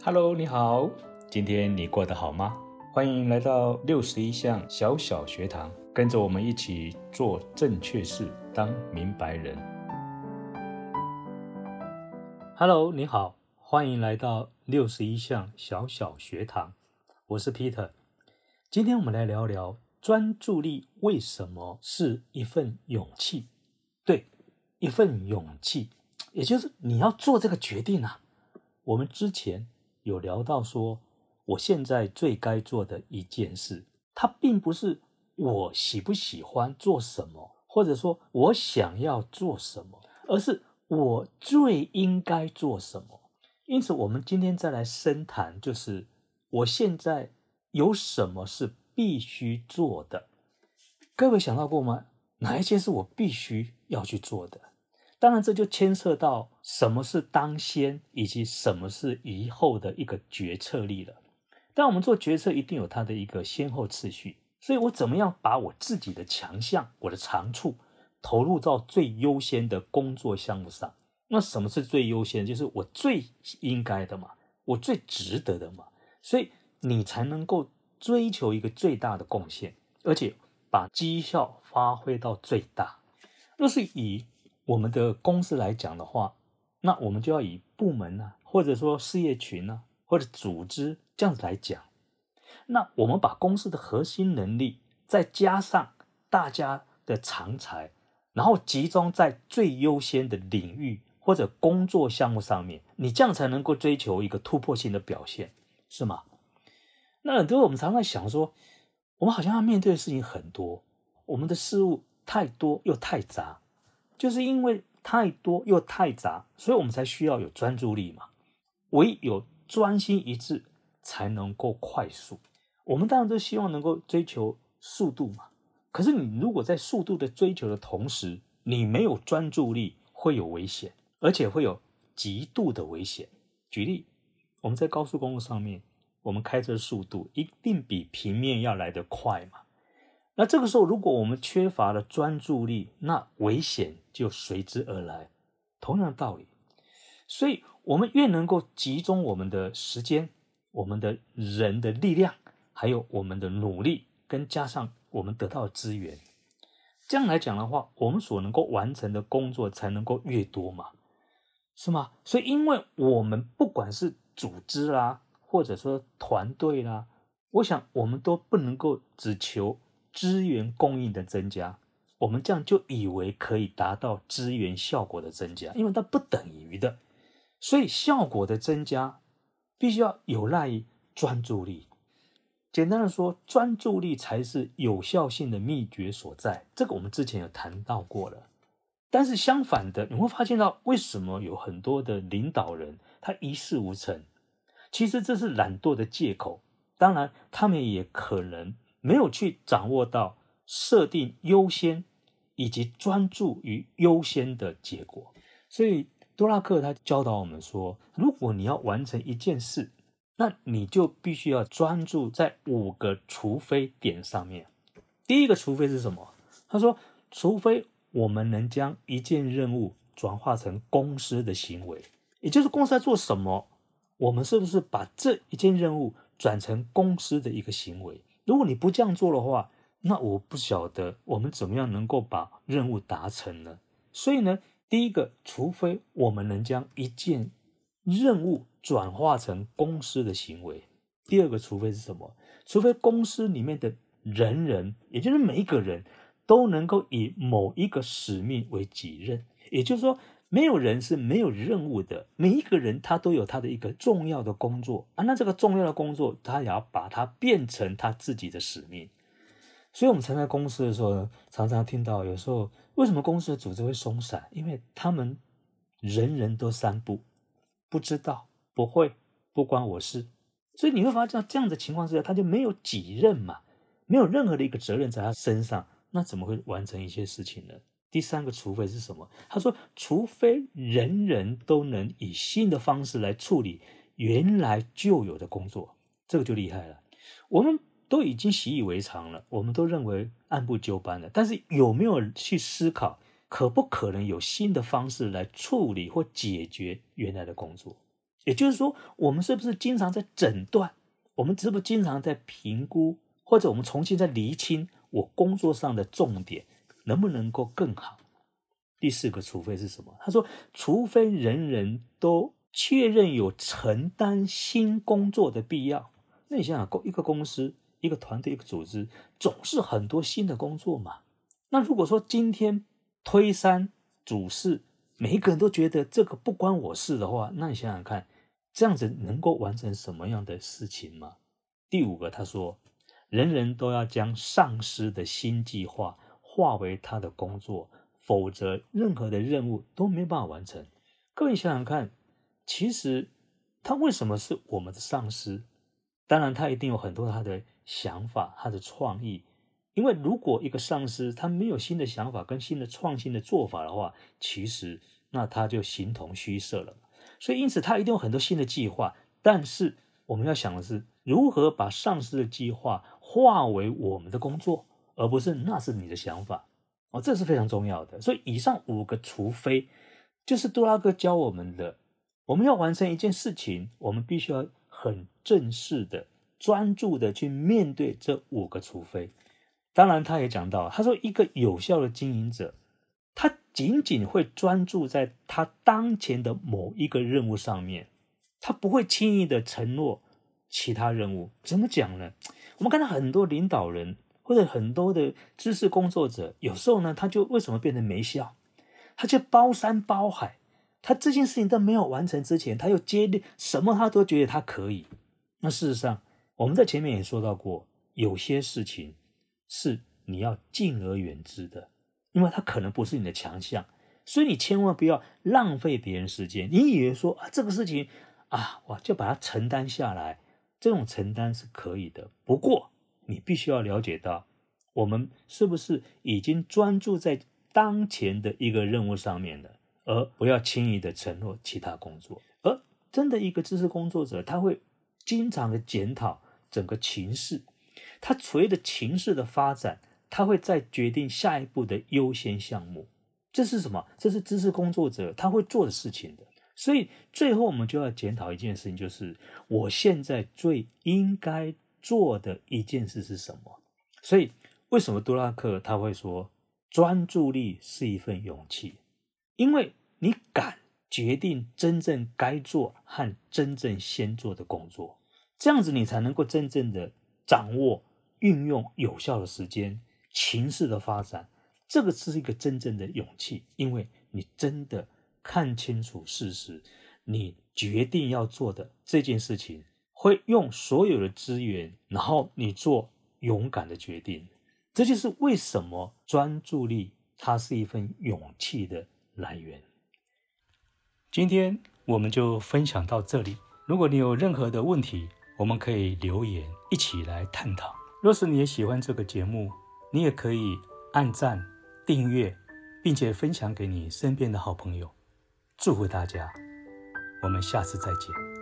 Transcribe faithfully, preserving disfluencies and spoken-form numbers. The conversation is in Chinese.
Hello， 你好，今天你过得好吗？欢迎来到六十一项小小学堂，跟着我们一起做正确事，当明白人。Hello， 你好，欢迎来到六十一项小小学堂，我是 Peter。今天我们来聊聊专注力为什么是一份勇气？对，一份勇气，也就是你要做这个决定啊。我们之前有聊到说，我现在最该做的一件事，它并不是我喜不喜欢做什么，或者说我想要做什么，而是我最应该做什么。因此我们今天再来深谈，就是我现在有什么是必须做的。各位想到过吗？哪一些是我必须要去做的？当然这就牵涉到什么是当先以及什么是以后的一个决策力了。但我们做决策一定有它的一个先后次序，所以我怎么样把我自己的强项，我的长处投入到最优先的工作项目上。那什么是最优先？就是我最应该的嘛，我最值得的嘛，所以你才能够追求一个最大的贡献，而且把绩效发挥到最大。若是以我们的公司来讲的话，那我们就要以部门啊，或者说事业群啊，或者组织这样子来讲。那我们把公司的核心能力再加上大家的长才，然后集中在最优先的领域或者工作项目上面，你这样才能够追求一个突破性的表现，是吗？那很多我们常常想说，我们好像要面对的事情很多，我们的事物太多又太杂，就是因为太多又太杂，所以我们才需要有专注力嘛。唯有专心一致才能够快速。我们当然都希望能够追求速度嘛，可是你如果在速度的追求的同时，你没有专注力，会有危险，而且会有极度的危险。举例，我们在高速公路上面，我们开车速度一定比平面要来得快嘛。那这个时候如果我们缺乏了专注力，那危险就随之而来。同样的道理，所以我们越能够集中我们的时间，我们的人的力量，还有我们的努力，跟加上我们得到的资源，这样来讲的话，我们所能够完成的工作才能够越多嘛，是吗？所以因为我们不管是组织啦，或者说团队啦，我想我们都不能够只求资源供应的增加，我们这样就以为可以达到资源效果的增加，因为它不等于的。所以效果的增加必须要有赖于专注力。简单的说，专注力才是有效性的秘诀所在，这个我们之前有谈到过了。但是相反的，你会发现到为什么有很多的领导人他一事无成，其实这是懒惰的借口。当然他们也可能没有去掌握到设定优先以及专注于优先的结果。所以多拉克他教导我们说，如果你要完成一件事，那你就必须要专注在五个除非点上面。第一个除非是什么？他说，除非我们能将一件任务转化成公司的行为，也就是公司在做什么，我们是不是把这一件任务转成公司的一个行为？如果你不这样做的话，那我不晓得我们怎么样能够把任务达成呢？所以呢，第一个，除非我们能将一件任务转化成公司的行为。第二个除非是什么？除非公司里面的人人，也就是每一个人都能够以某一个使命为己任，也就是说没有人是没有任务的，每一个人他都有他的一个重要的工作啊，那这个重要的工作他也要把它变成他自己的使命。所以我们常在公司的时候呢，常常听到有时候为什么公司的组织会松散，因为他们人人都三不，不知道，不会，不关我事。所以你会发现这样的情况之下，他就没有己任嘛，没有任何的一个责任在他身上，那怎么会完成一些事情呢？第三个除非是什么？他说除非人人都能以新的方式来处理原来就有的工作，这个就厉害了。我们都已经习以为常了，我们都认为按部就班了，但是有没有去思考可不可能有新的方式来处理或解决原来的工作？ 也就是说，我们是不是经常在诊断？我们是不是经常在评估？或者我们重新再厘清我工作上的重点能不能够更好？第四个除非是什么？他说，除非人人都确认有承担新工作的必要。那你想想，一个公司、一个团队、一个组织，总是很多新的工作嘛。那如果说今天推三阻四，每一个人都觉得这个不关我事的话，那你想想看，这样子能够完成什么样的事情吗？第五个，他说，人人都要将上司的新计划化为他的工作，否则任何的任务都没办法完成。各位想想看，其实他为什么是我们的上司？当然他一定有很多他的想法，他的创意。因为如果一个上司他没有新的想法跟新的创新的做法的话，其实那他就形同虚设了。所以因此他一定有很多新的计划，但是我们要想的是如何把上司的计划化为我们的工作，而不是那是你的想法。哦，这是非常重要的。所以以上五个除非就是杜拉克教我们的，我们要完成一件事情，我们必须要很正式的专注的去面对这五个除非。当然他也讲到，他说一个有效的经营者，他仅仅会专注在他当前的某一个任务上面，他不会轻易的承诺其他任务。怎么讲呢？我们看到很多领导人或者很多的知识工作者，有时候呢，他就为什么变成没效？他就包山包海，他这件事情都没有完成之前，他又接力什么他都觉得他可以。那事实上，我们在前面也说到过，有些事情是你要敬而远之的，因为它可能不是你的强项，所以你千万不要浪费别人时间。你以为说啊，这个事情啊，哇，就把它承担下来，这种承担是可以的。不过你必须要了解到，我们是不是已经专注在当前的一个任务上面了，而不要轻易的承诺其他工作。而真的一个知识工作者，他会经常的检讨整个情势，他随着情势的发展，他会再决定下一步的优先项目。这是什么？这是知识工作者他会做的事情的。所以最后我们就要检讨一件事情，就是我现在最应该做的一件事是什么。所以为什么杜拉克他会说专注力是一份勇气？因为你敢决定真正该做和真正先做的工作，这样子你才能够真正的掌握运用有效的时间，情势的发展，这个是一个真正的勇气。因为你真的看清楚事实，你决定要做的这件事情，会用所有的资源，然后你做勇敢的决定。这就是为什么专注力它是一份勇气的来源。今天我们就分享到这里，如果你有任何的问题，我们可以留言一起来探讨。若是你也喜欢这个节目，你也可以按赞、订阅，并且分享给你身边的好朋友。祝福大家，我们下次再见。